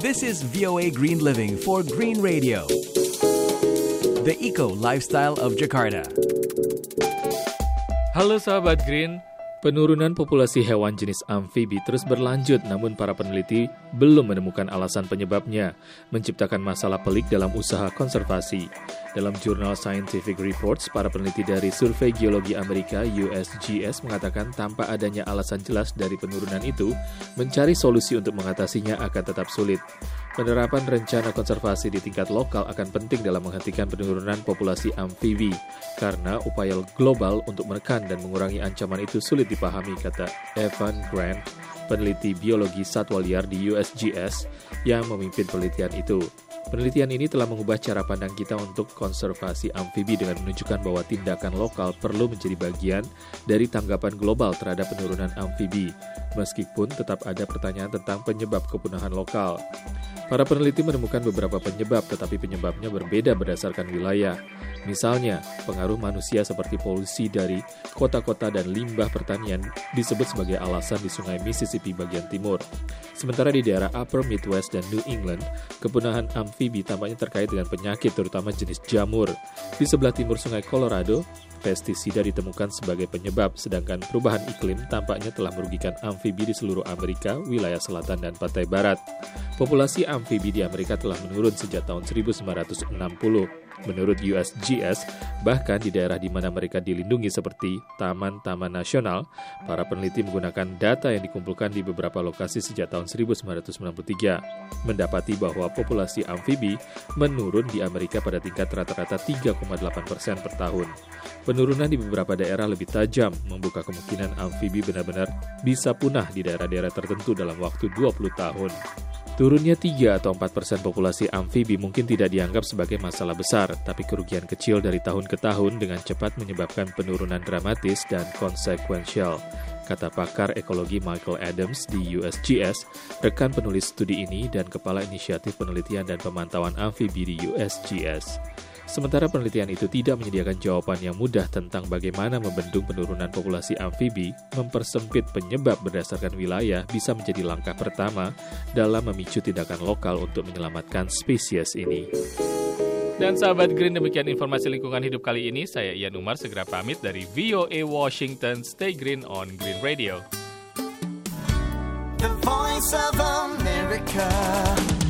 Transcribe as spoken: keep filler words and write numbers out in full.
This is V O A Green Living for Green Radio, the eco lifestyle of Jakarta. Halo sahabat Green, penurunan populasi hewan jenis amfibi terus berlanjut, namun para peneliti belum menemukan alasan penyebabnya, menciptakan masalah pelik dalam usaha konservasi. Dalam jurnal Scientific Reports, para peneliti dari Survei Geologi Amerika U S G S mengatakan tanpa adanya alasan jelas dari penurunan itu, mencari solusi untuk mengatasinya akan tetap sulit. Penerapan rencana konservasi di tingkat lokal akan penting dalam menghentikan penurunan populasi amfibi, karena upaya global untuk menekan dan mengurangi ancaman itu sulit dipahami, kata Evan Grant, peneliti biologi satwa liar di U S G S yang memimpin penelitian itu. Penelitian ini telah mengubah cara pandang kita untuk konservasi amfibi dengan menunjukkan bahwa tindakan lokal perlu menjadi bagian dari tanggapan global terhadap penurunan amfibi, meskipun tetap ada pertanyaan tentang penyebab kepunahan lokal. Para peneliti menemukan beberapa penyebab, tetapi penyebabnya berbeda berdasarkan wilayah. Misalnya, pengaruh manusia seperti polusi dari kota-kota dan limbah pertanian disebut sebagai alasan di Sungai Mississippi bagian timur. Sementara di daerah Upper Midwest dan New England, kepunahan amfibi tampaknya terkait dengan penyakit, terutama jenis jamur. Di sebelah timur Sungai Colorado, pestisida ditemukan sebagai penyebab, sedangkan perubahan iklim tampaknya telah merugikan amfibi di seluruh Amerika, wilayah selatan dan pantai barat. Populasi amfibi di Amerika telah menurun sejak tahun seribu sembilan ratus enam puluh. Menurut U S G S, bahkan di daerah di mana mereka dilindungi seperti taman-taman nasional, para peneliti menggunakan data yang dikumpulkan di beberapa lokasi sejak tahun seribu sembilan ratus sembilan puluh tiga, mendapati bahwa populasi amfibi menurun di Amerika pada tingkat rata-rata tiga koma delapan persen per tahun. Penurunan di beberapa daerah lebih tajam, membuka kemungkinan amfibi benar-benar bisa punah di daerah-daerah tertentu dalam waktu dua puluh tahun. Turunnya tiga atau empat persen populasi amfibi mungkin tidak dianggap sebagai masalah besar, tapi kerugian kecil dari tahun ke tahun dengan cepat menyebabkan penurunan dramatis dan konsekuensial, kata pakar ekologi Michael Adams di U S G S, rekan penulis studi ini dan kepala inisiatif penelitian dan pemantauan amfibi di U S G S. Sementara penelitian itu tidak menyediakan jawaban yang mudah tentang bagaimana membendung penurunan populasi amfibi, mempersempit penyebab berdasarkan wilayah bisa menjadi langkah pertama dalam memicu tindakan lokal untuk menyelamatkan spesies ini. Dan sahabat Green, demikian informasi lingkungan hidup kali ini. Saya Ian Umar segera pamit dari V O A Washington. Stay green on Green Radio. The Voice of America.